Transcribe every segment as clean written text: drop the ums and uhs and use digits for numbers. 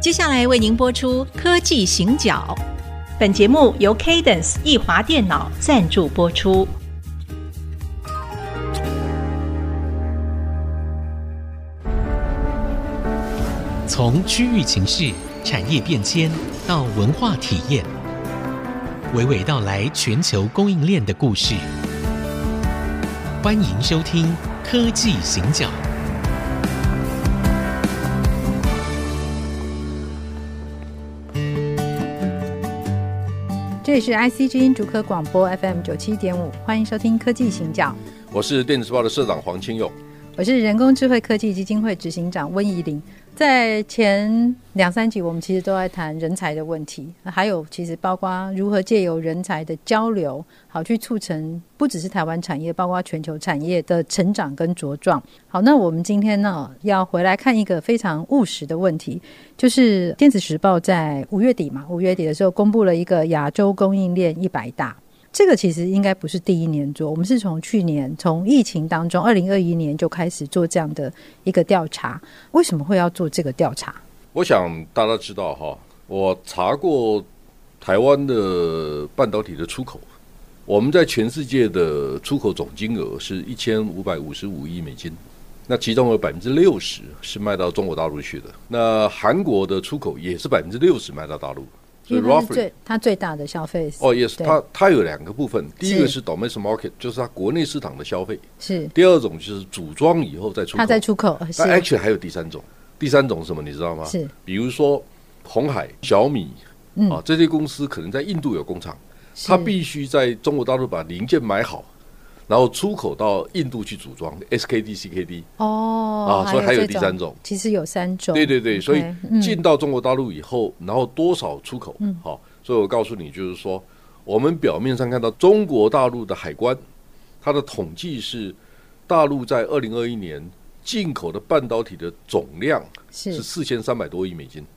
接下来为您播出科技行脚，本节目由 Cadence 易华电脑赞助播出。 从区域情势、产业变迁到文化体验，娓娓道来全球供应链的故事。欢迎收听《科技行脚》。 这里是 IC 之音竹科广播 FM 97.5，欢迎收听科技行脚。 我是电子报的社长黄清佑， 我是人工智慧科技基金会执行长温怡玲。在前2-3集我们其实都在谈人才的问题，还有其实包括如何借由人才的交流好去促成不只是台湾产业，包括全球产业的成长跟茁壮。好，那我们今天呢要回来看一个非常务实的问题，就是电子时报在5月底的时候公布了一个亚洲供应链100大。这个其实应该不是第一年做，我们是从去年从疫情当中2021年就开始做这样的一个调查。为什么会要做这个调查？ 我想大家知道哈，我查过台湾的半导体的出口，我们在全世界的出口总金额是1555亿美金，那其中有60%是卖到中国大陆去的，那韩国的出口也是60%卖到大陆， 因为它最大的消费 yes， 它有2个部分，第一个是 domestic market， 就是它国内市场的消费， 是第二种就是组装以后再出口， 它再出口， 但 actually 还有第三种是什么你知道吗？ 是比如说鸿海、小米这些公司可能在印度有工厂，它必须在中国大陆把零件买好，然后出口到印度去组装 SKD、CKD 所以还有第三种， 其实有3种。 对对对，所以进到中国大陆以后，然后多少出口所以我告诉你，就是说我们表面上看到中国大陆的海关，它的统计是大陆在2021年进口的半导体的总量是4300多亿美金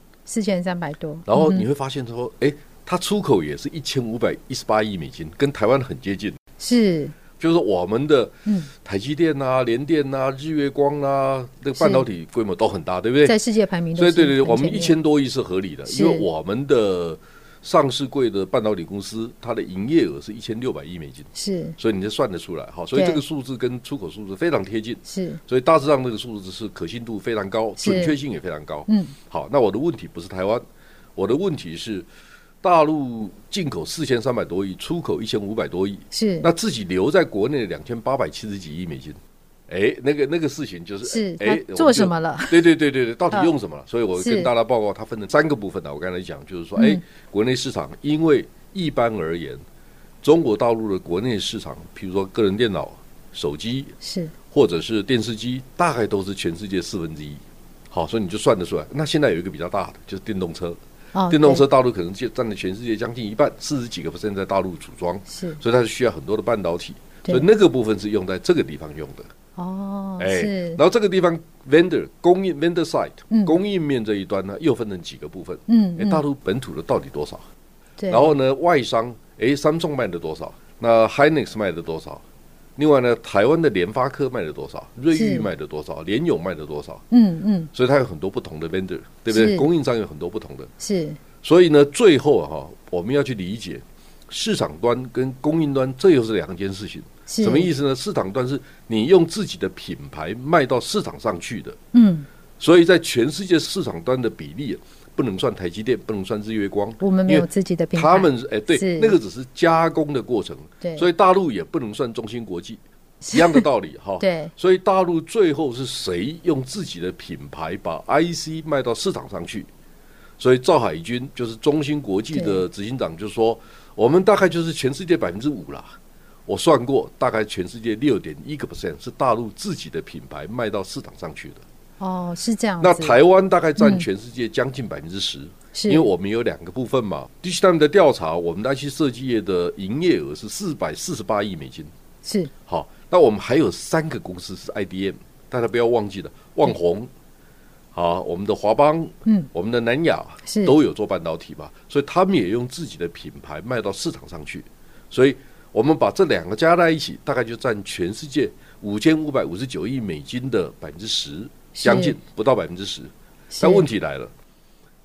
，4300多， 然后你会发现说它出口也是1518亿美金，跟台湾很接近， 是就是我们的台积电啊、联电啊、日月光啊，那个半导体规模都很大，对不对？ 在世界排名都是， 所以对，我们1000多亿是合理的，因为我们的上市柜的半导体公司，它的营业额是1600亿美金， 是， 所以你就算得出来，所以这个数字跟出口数字非常贴近， 是， 所以大致上这个数字是可信度非常高，准确性也非常高。好，那我的问题不是台湾，我的问题是大陆进口4300多亿，出口1500多亿， 是，那自己留在国内的2870几亿美金。那个事情就是他做什么了？ 对，到底用什么了？所以我跟大家报告，它分成3个部分我刚才讲就是说，国内市场，因为一般而言，中国大陆的国内市场，譬如说个人电脑、手机， 是，或者是电视机，大概都是全世界1/4。好，所以你就算得出来。那现在有一个比较大的，就是电动车。电动车大陆可能占了全世界将近一半，40几个%在大陆组装， 是， 所以它是需要很多的半导体，所以那个部分是用在这个地方用的。 是， 然后这个地方 vendor 供应 vendor side 供应面这一端呢，又分成几个部分。大陆本土的到底多少？然后呢，外商Samsung 卖的多少？那 Hynix 卖的多少？另外呢，台湾的联发科卖了多少？瑞昱卖了多少？联咏卖了多少？所以它有很多不同的 vendor， 对不对？供应商有很多不同的。 是， 所以呢，最后我们要去理解市场端跟供应端，这又是2件事情。什么意思呢？市场端是你用自己的品牌卖到市场上去的。所以在全世界市场端的比例不能算台积电，不能算日月光， 我们没有自己的品牌， 他们对，那个只是加工的过程， 对， 所以大陆也不能算中芯国际，一样的道理对， 所以大陆最后是谁用自己的品牌把 IC 卖到市场上去？所以赵海军就是中芯国际的执行长就说，我们大概就是全世界5%啦。我算过，大概全世界6.1% 是大陆自己的品牌卖到市场上去的。 是这样子。 那台湾大概占全世界将近10%，因为我们有2个部分嘛。Digital 的调查，我们的 IC 设计业的营业额是448亿美金。 是。 好，那我们还有3个公司是 IDM， 大家不要忘记了，旺宏。好，我们的华邦，我们的南亚都有做半导体嘛，所以他们也用自己的品牌卖到市场上去，所以我们把这2个加在一起，大概就占全世界5559亿美金的10%，将近不到10%。但问题来了，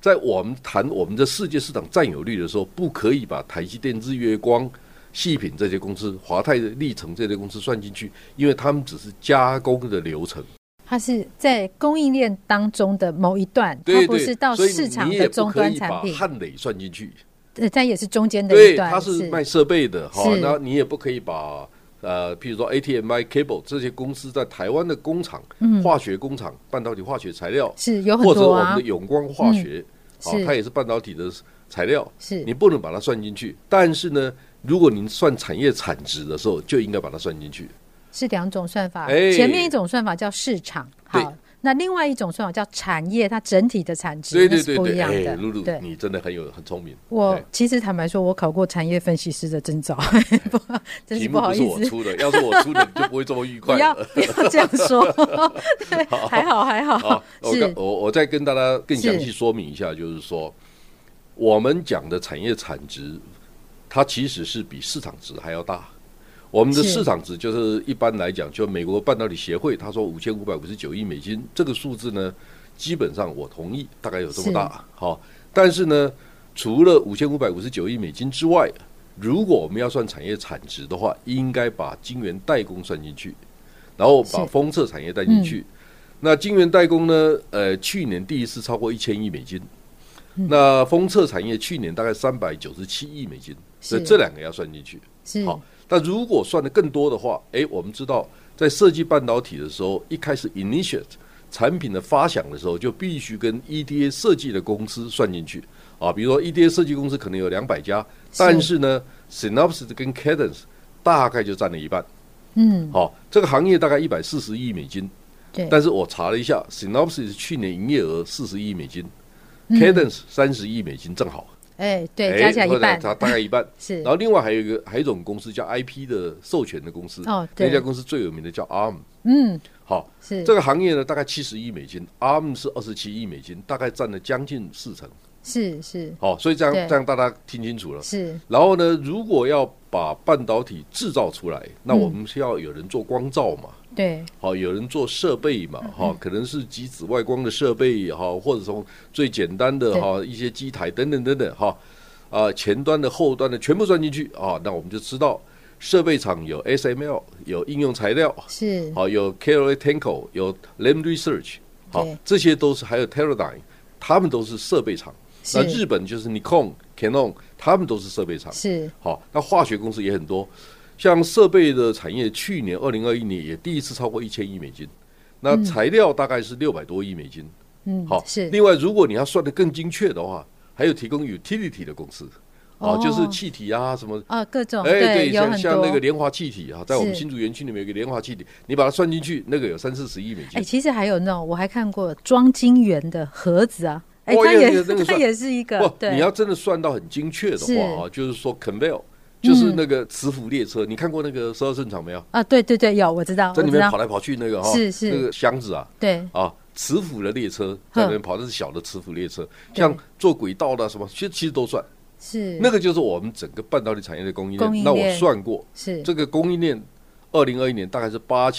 在我们谈我们的世界市场占有率的时候，不可以把台积电、日月光、细品这些公司、华泰、力成这些公司算进去，因为他们只是加工的流程。 它是在供应链当中的某一段， 对对， 它不是到市场的终端产品。 所以你也不可以把汉磊算进去， 它也是中间的一段。 对，它是卖设备的，那你也不可以把譬如说 ATMI Cable 这些公司在台湾的工厂、化学工厂、半导体化学材料是有很多啊， 或者我们的永光化学，它也是半导体的材料， 是你不能把它算进去。但是呢，如果您算产业产值的时候，就应该把它算进去。 是两种算法，前面一种算法叫市场，好，那另外一种算法叫产业，它整体的产值是不一样的。 露露，你真的很聪明。 我其实坦白说，我考过产业分析师的证照，真是不好意思。 题目不是我出的，要是我出的，你就不会这么愉快了。 不要这样说，对，还好。 我再跟大家更详细说明一下，就是说，我们讲的产业产值，它其实是比市场值还要大。我们的市场值就是一般来讲，就美国半导体协会他说5559亿美金，这个数字呢，基本上我同意，大概有这么大。好，但是呢，除了5559亿美金之外，如果我们要算产业产值的话，应该把晶圆代工算进去，然后把封测产业带进去。那晶圆代工呢，去年第一次超过1000亿美金，那封测产业去年大概397亿美金，所以这两个要算进去。好。但如果算得更多的话，我们知道在设计半导体的时候，一开始 initiate 产品的发想的时候，就必须跟 EDA 设计的公司算进去啊。比如说 EDA 设计公司可能有200家，但是呢 Synopsys 跟 Cadence 大概就占了一半。好，这个行业大概140亿美金，但是我查了一下 Synopsys 去年营业额40亿美金，Cadence 30亿美金正好。 对，加起来一半， 大概一半。 是， 然后另外还有一种公司叫 IP 的授权的公司，那家公司最有名的叫 ARM。好，是这个行业呢，大概70亿美金 ，ARM 是27亿美金，大概占了将近40%。 是， 好，所以这样大家听清楚了。 是， 然后呢，如果要把半导体制造出来，那我们是要有人做光照嘛。 对， 好，有人做设备嘛，可能是极紫外光的设备，或者从最简单的一些机台等等，前端的、后端的全部算进去啊，那我们就知道设备厂有 SML， 有应用材料， 是， 有 KLA Tenko， 有 Lam Research， 这些都是，还有 Teradyne， 他们都是设备厂。那日本就是 Nikon、Canon， 他们都是设备厂。 是， 好，那化学公司也很多。像设备的产业，去年2021年也第一次超过1000亿美金，那材料大概是600多亿美金。好，是。另外，如果你要算得更精确的话，还有提供 utility 的公司，就是气体啊什么各种， 对，像那个联华气体啊，在我们新竹园区里面有一个联华气体，你把它算进去，那个有30-40亿美金。 其实还有那种我还看过装晶圆的盒子啊，它也是一个。 你要真的算到很精确的话就是说 conveyor。就是那个磁浮列车，你看过那个12寸厂没有？ 对，有，我知道， 在里面跑来跑去那个是那个箱子啊， 对磁浮的列车在里面跑，的是小的磁浮列车，像做轨道的什么，其实都算。 是那个就是我们整个半导体产业的供应链。那我算过， 是这个供应链，2021年大概是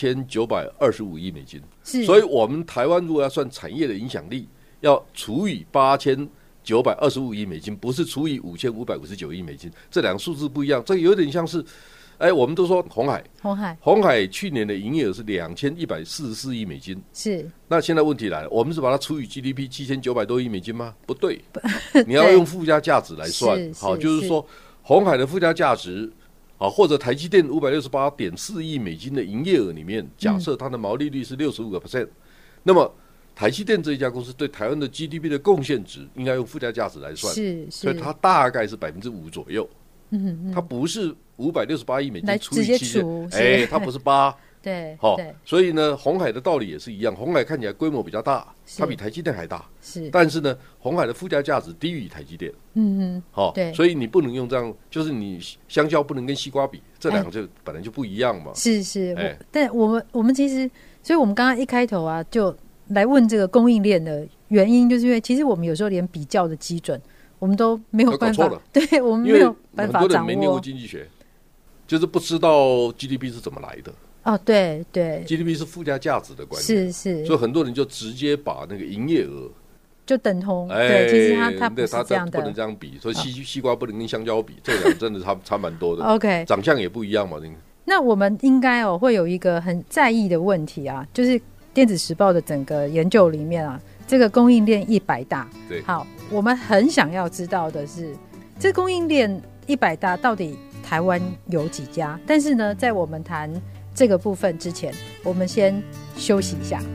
8925亿美金。是，所以我们台湾如果要算产业的影响力，要除以8925亿美金，不是除以5559亿美金，这两个数字不一样。这个有点像是，我们都说鸿海去年的营业额是2144亿美金， 是。 那现在问题来了，我们是把它除以 GDP 7900多亿美金吗？不对，你要用附加价值来算。好，就是说鸿海的附加价值，或者台积电568.4亿美金的营业额里面，假设它的毛利率是65%，那么台积电这一家公司对台湾的 GDP 的贡献值应该用附加价值来算，所以它大概是5%左右。它不是568亿美金除以7，它不是8。 对， 所以呢，鸿海的道理也是一样。鸿海看起来规模比较大，它比台积电还大，但是呢，鸿海的附加价值低于台积电。对，所以你不能用这样，就是你香蕉不能跟西瓜比，这两个就本来就不一样嘛。 是，但我们其实，所以我们刚刚一开头啊，就来问这个供应链的原因，就是因为其实我们有时候连比较的基准，我们都没有办法。对，我们没有办法掌握。 很多人没念过经济学，就是不知道 GDP 是怎么来的。 对 ，GDP 是附加价值的观念， 是， 所以很多人就直接把那个营业额就等同，对，其实它不是这样的， 不能这样比，所以西瓜不能跟香蕉比，这两个真的差蛮多的。 OK， 长相也不一样嘛。 那我们应该会有一个很在意的问题啊，就是电子时报的整个研究里面啊，这个供应链100大， 对， 好，我们很想要知道的是，这供应链100大到底台湾有几家？但是呢，在我们谈这个部分之前，我们先休息一下。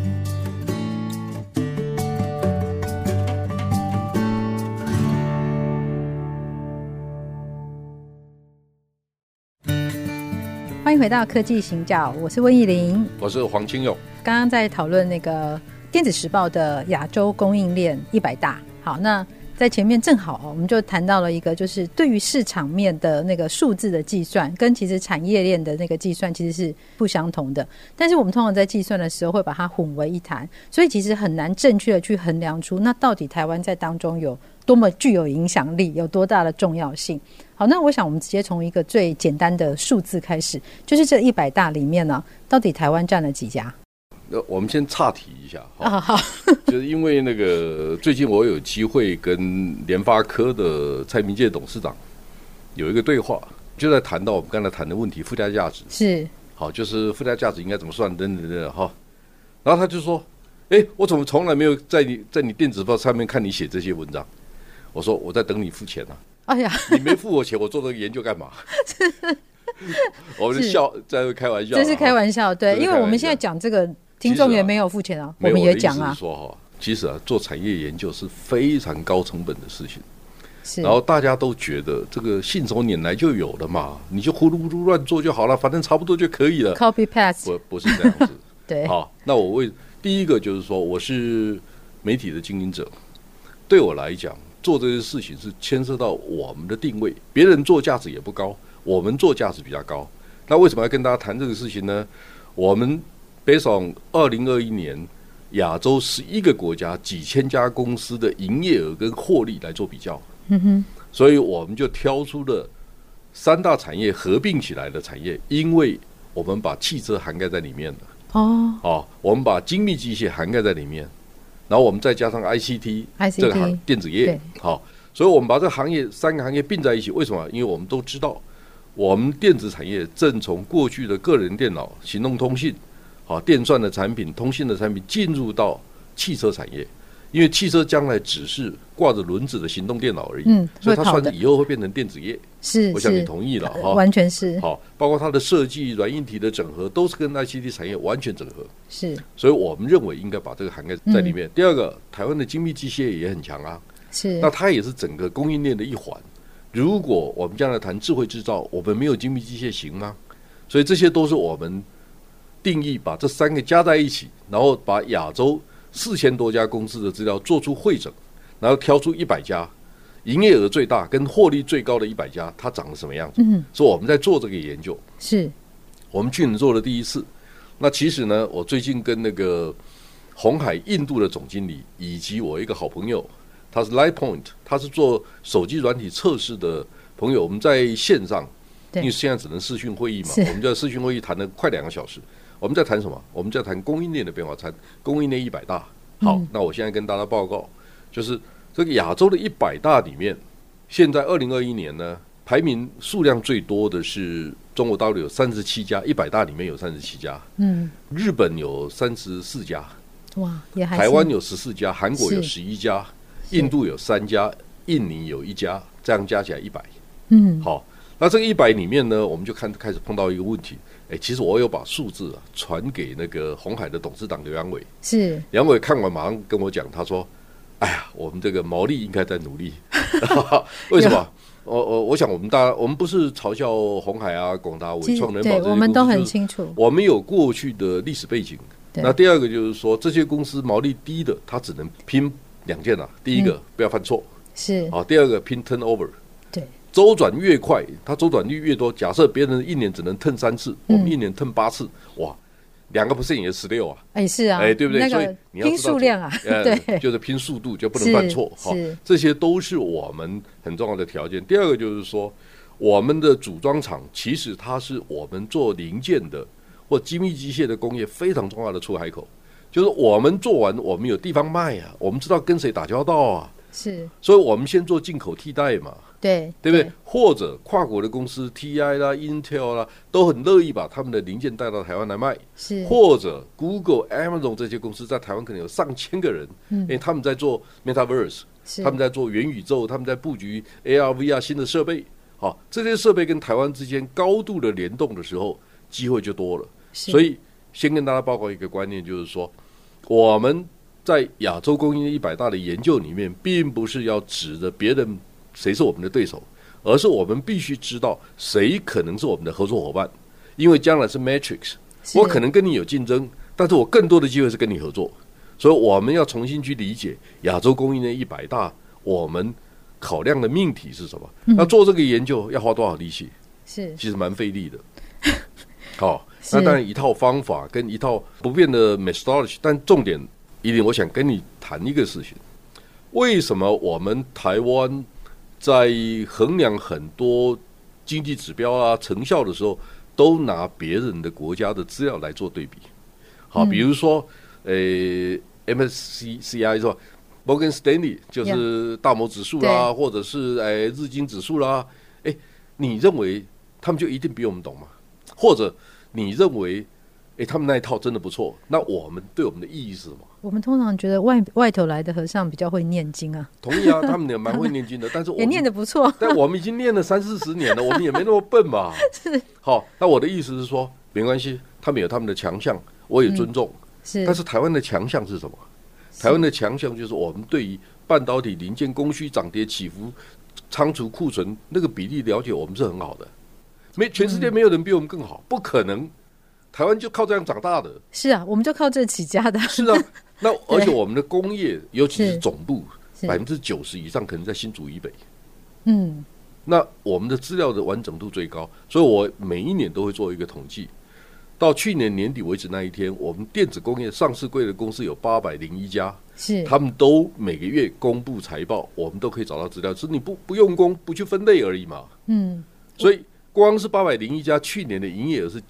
欢迎回到科技行脚，我是温怡玲， 我是黄清勇。 刚刚在讨论那个电子时报的亚洲供应链100大，好，那在前面正好我们就谈到了一个，就是对于市场面的那个数字的计算跟其实产业链的那个计算其实是不相同的，但是我们通常在计算的时候会把它混为一谈，所以其实很难正确的去衡量出那到底台湾在当中有多么具有影响力，有多大的重要性。好，那我想我们直接从一个最简单的数字开始，就是这100大里面呢，到底台湾占了几家？ 我们先岔题一下， 好， 就是因为那个最近我有机会跟联发科的蔡明介董事长有一个对话，就在谈到我们刚才谈的问题，附加价值是好，就是附加价值应该怎么算等等等等哈。然后他就说：“我怎么从来没有在你电子报上面看你写这些文章？”我说：“我在等你付钱啊。”哎呀，你没付我钱，我做这个研究干嘛？我们笑，在开玩笑， 这是开玩笑，对，因为我们现在讲这个，听众也没有付钱啊，我们也讲啊。 其实做产业研究是非常高成本的事情，然后大家都觉得这个信手拈来就有了嘛，你就呼噜呼噜乱做就好了，反正差不多就可以了。 Copy paste， 不是这样子。 对， 好，那我第一个就是说，我是媒体的经营者，对我来讲，做这些事情是牵涉到我们的定位，别人做价值也不高，我们做价值比较高。那为什么要跟大家谈这个事情呢？我们based on 2021年亚洲11个国家几千家公司的营业额跟获利来做比较，所以我们就挑出了3大产业合并起来的产业，因为我们把汽车涵盖在里面了，我们把精密机械涵盖在里面，然后我们再加上 ICT 这个电子业，好，所以我们把这个行业3个行业并在一起。为什么？因为我们都知道，我们电子产业正从过去的个人电脑、行动通信、电算的产品、通信的产品进入到汽车产业。因为汽车将来只是挂着轮子的行动电脑而已，所以它算以后会变成电子业。 是， 我想你同意了， 完全是。 好，包括它的设计、软硬体的整合，都是跟 ICT 产业完全整合。 是， 所以我们认为应该把这个涵盖在里面。第二个，台湾的精密机械也很强啊， 是， 那它也是整个供应链的一环。如果我们将来谈智慧制造，我们没有精密机械行吗？所以这些都是我们定义把这3个加在一起，然后把亚洲4000多家公司的资料做出汇整，然后挑出100家营业额最大跟获利最高的100家，它长得什么样子？所以我们在做这个研究， 是我们去年做了第1次。那其实呢，我最近跟那个鸿海印度的总经理以及我一个好朋友，他是 LightPoint， 他是做手机软体测试的朋友，我们在线上，因为现在只能视讯会议嘛，我们在视讯会议谈了快2个小时。我们在谈什么？我们在谈供应链的变化，谈供应链100大。好，那我现在跟大家报告，就是这个亚洲的100大里面，现在2021年呢，排名数量最多的是中国大陆有37家，100大里面有37家。日本有34家，哇，也还是。台湾有14家，韩国有11家，印度有3家，印尼有1家，这样加起来100。好，那这个100里面呢，我们就开始碰到一个问题。其实我有把数字传给那个鸿海的董事长刘扬伟，是杨伟看完马上跟我讲，他说：“哎呀，我们这个毛利应该在努力。”为什么？我想我们不是嘲笑鸿海啊、广达、伟创、人保这些公司， 我们都很清楚， 我们有过去的历史背景。那第二个就是说，这些公司毛利低的，它只能拼2件啊。第一个不要犯错，是啊；第二个拼 turnover。周转越快，它周转率越多。假设别人1年只能turn 3次，我们1年turn8次，哇，2% 也16啊！ 是啊， 对不对？所以你要拼数量啊， 对，就是拼速度，就不能犯错。这些都是我们很重要的条件。第二个就是说，我们的组装厂其实它是我们做零件的或精密机械的工业非常重要的出海口。 就是我们做完，我们有地方卖啊，我们知道跟谁打交道啊， 是， 所以我们先做进口替代嘛， 对不对？或者跨国的公司 TI 啦、Intel 啦，都很乐意把他们的零件带到台湾来卖， 是， 或者 Google、Amazon 这些公司在台湾可能有上千个人，因为他们在做 Metaverse， 他们在做元宇宙，他们在布局 AR、VR 新的设备，好，这些设备跟台湾之间高度的联动的时候，机会就多了。所以先跟大家报告一个观念，就是说我们在亚洲供应链100大的研究里面，并不是要指着别人谁是我们的对手，而是我们必须知道谁可能是我们的合作伙伴，因为将来是 Matrix， 我可能跟你有竞争，但是我更多的机会是跟你合作，所以我们要重新去理解亚洲供应链100大我们考量的命题是什么。要做这个研究要花多少力气？是，其实蛮费力的。好，那当然一套方法跟一套不变的 methodology， 但重点一定，我想跟你谈一个事情：为什么我们台湾在衡量很多经济指标啊、成效的时候，都拿别人的国家的资料来做对比？好，比如说MSCI 是吧？摩根斯丹利就是大摩指数啦，或者是日经指数啦，你认为他们就一定比我们懂吗？或者你认为他们那一套真的不错，那我们对我们的意义是什么？我们通常觉得外头来的和尚比较会念经啊。同意啊，他们也蛮会念经的，但是我们也念得不错，但我们已经念了30-40年了，我们也没那么笨吧。是，好，那我的意思是说，没关系，他们有他们的强项，我也尊重。是，但是台湾的强项是什么？台湾的强项就是我们对于半导体零件供需涨跌起伏、仓储库存那个比例了解，我们是很好的。全世界没有人比我们更好，不可能。台湾就靠这样长大的。是啊，我们就靠这起家的。是啊，那而且我们的工业，尤其是总部，90%以上可能在新竹以北。嗯，那我们的资料的完整度最高，所以我每一年都会做一个统计。到去年年底为止那一天，我们电子工业上市柜的公司有801家，是他们都每个月公布财报，我们都可以找到资料，是你不用功不去分类而已嘛。嗯，所以光是801家，去年的营业额是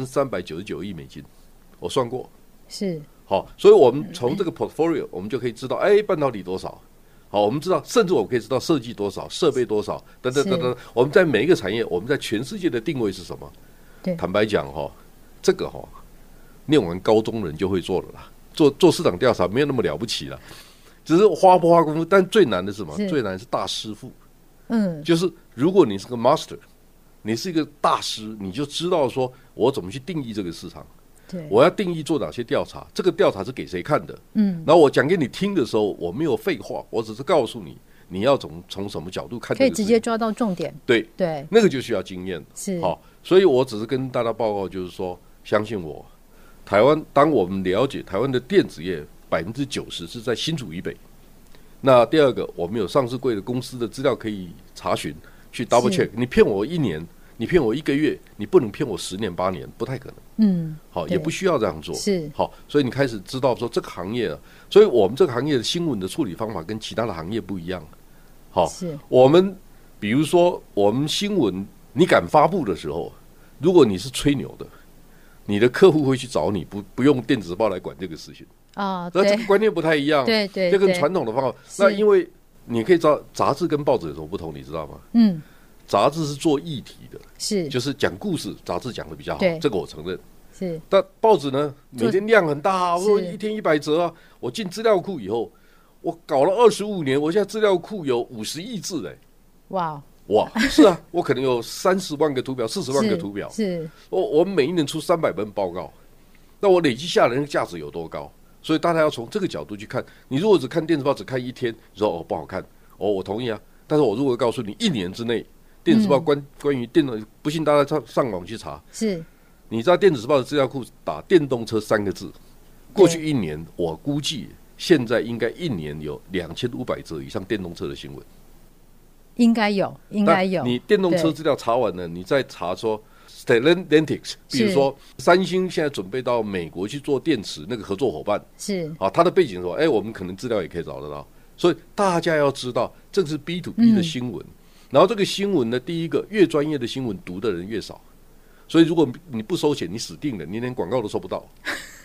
9399亿美金，我算过。是好，所以我们从这个 portfolio， 我们就可以知道，半导体多少。好，我们知道，甚至我们可以知道设计多少、设备多少，等等等等。我们在每一个产业，我们在全世界的定位是什么？对，坦白讲这个念完高中人就会做了啦。做市场调查没有那么了不起了，只是花不花功夫。但最难的是什么？最难的是大师傅。嗯，就是如果你是个 master， 你是一个大师，你就知道说我怎么去定义这个市场。对，我要定义做哪些调查，这个调查是给谁看的？嗯，然后我讲给你听的时候，我没有废话，我只是告诉你你要从什么角度看，可以直接抓到重点。对对，那个就需要经验。是好，所以我只是跟大家报告，就是说，相信我，台湾当我们了解台湾的电子业90%是在新竹以北。那第二个，我们有上市柜的公司的资料可以查询，去 double check。你骗我1年，你骗我1个月，你不能骗我10年8年，不太可能。嗯，好，也不需要这样做。是好，所以你开始知道说这个行业所以我们这个行业的新闻的处理方法跟其他的行业不一样。好，是我们比如说我们新闻你敢发布的时候，如果你是吹牛的，你的客户会去找你，不用电子报来管这个事情啊。那这个观念不太一样。对对，这跟传统的方法。那因为你可以知道杂志跟报纸有什么不同，你知道吗？嗯。杂志是做议题的，是就是讲故事，杂志讲的比较好，这个我承认。是，但报纸呢，每天量很大，我一天100则啊。我进资料库以后，我搞了25年，我现在资料库有50亿字哎，哇哇，是啊，我可能有30万个图表，40万个图表，是我们每一年出300本报告，那我累积下来的价值有多高？所以大家要从这个角度去看。你如果只看电子报，只看1天，你说不好看，我同意啊。但是我如果告诉你1年之内，电子报关于电动，不信大家上网去查。是，你知道电子报的资料库打电动车3个字，过去1年我估计现在应该1年有2500则以上电动车的新闻。应该有。你电动车资料查完了，你再查说 Stellantis， 比如说三星现在准备到美国去做电池，那个合作伙伴是啊，他的背景说，我们可能资料也可以找得到。所以大家要知道，这是 B2B 的新闻。然后这个新闻呢，第一个越专业的新闻读的人越少，所以如果你不收钱，你死定了，你连广告都收不到。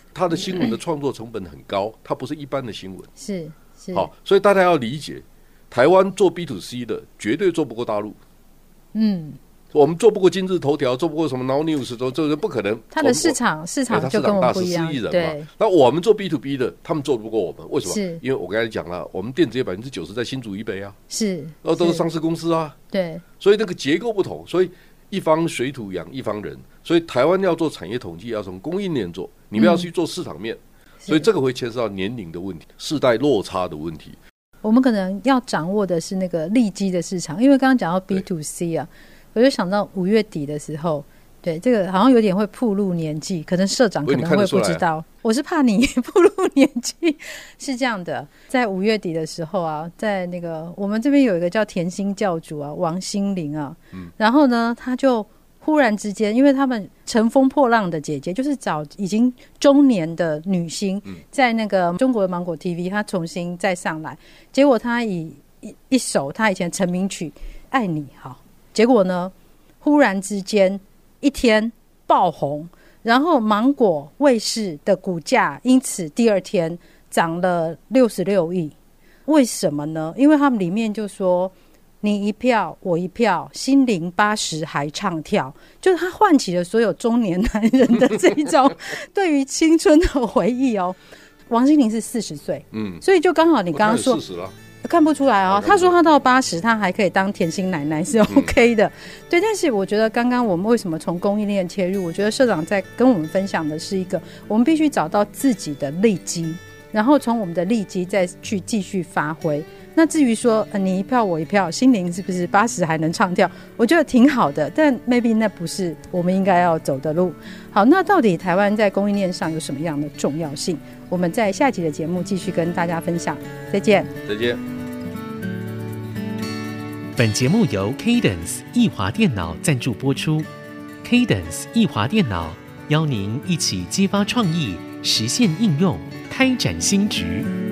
它的新闻的创作成本很高，它不是一般的新闻。 是好，所以大家要理解，台湾做 B2C 的绝对做不过大陆。我们做不过今日头条，做不过什么 Now News， 这是不可能。 它的市场就跟我们不一样。 14亿人嘛，那我们做 B2B 的，他们做不过我们，为什么？因为我刚才讲了，我们电子业90%在新竹以北啊，都是上市公司啊， 对， 所以那个结构不同，所以一方水土养一方人，所以台湾要做产业统计，要从供应链做，你不要去做市场面，所以这个会牵涉到年龄的问题、世代落差的问题。 我们可能要掌握的是那个利基的市场，因为刚刚讲到 B2C 啊。我就想到5月底的时候，对这个好像有点会暴露年纪，可能社长可能会不知道。我是怕你暴露年纪，是这样的，在5月底的时候啊，在那个我们这边有一个叫甜心教主啊，王心凌啊，然后呢，他就忽然之间，因为他们乘风破浪的姐姐，就是找已经中年的女星，在那个中国的芒果 TV， 她重新再上来，结果她以一首她以前成名曲《爱你》好。结果呢，忽然之间一天爆红，然后芒果卫视的股价因此第二天涨了66亿。为什么呢？因为他们里面就说你一票我一票，心灵80还唱跳，就是他唤起了所有中年男人的这种对于青春的回忆哦。王心凌是40岁，所以就刚好你刚刚说 40了。 看不出来啊，他说他到80，他还可以当甜心奶奶是 OK 的，对。但是我觉得刚刚我们为什么从供应链切入？我觉得社长在跟我们分享的是一个，我们必须找到自己的利基，然后从我们的利基再去继续发挥。那至于说你一票我一票，心灵是不是80还能唱跳？我觉得挺好的，但 maybe 那不是我们应该要走的路。好，那到底台湾在供应链上有什么样的重要性？我们在下集的节目继续跟大家分享。再见。 本节目由 Cadence 易华电脑赞助播出。Cadence 易华电脑邀您一起激发创意，实现应用，开展新局。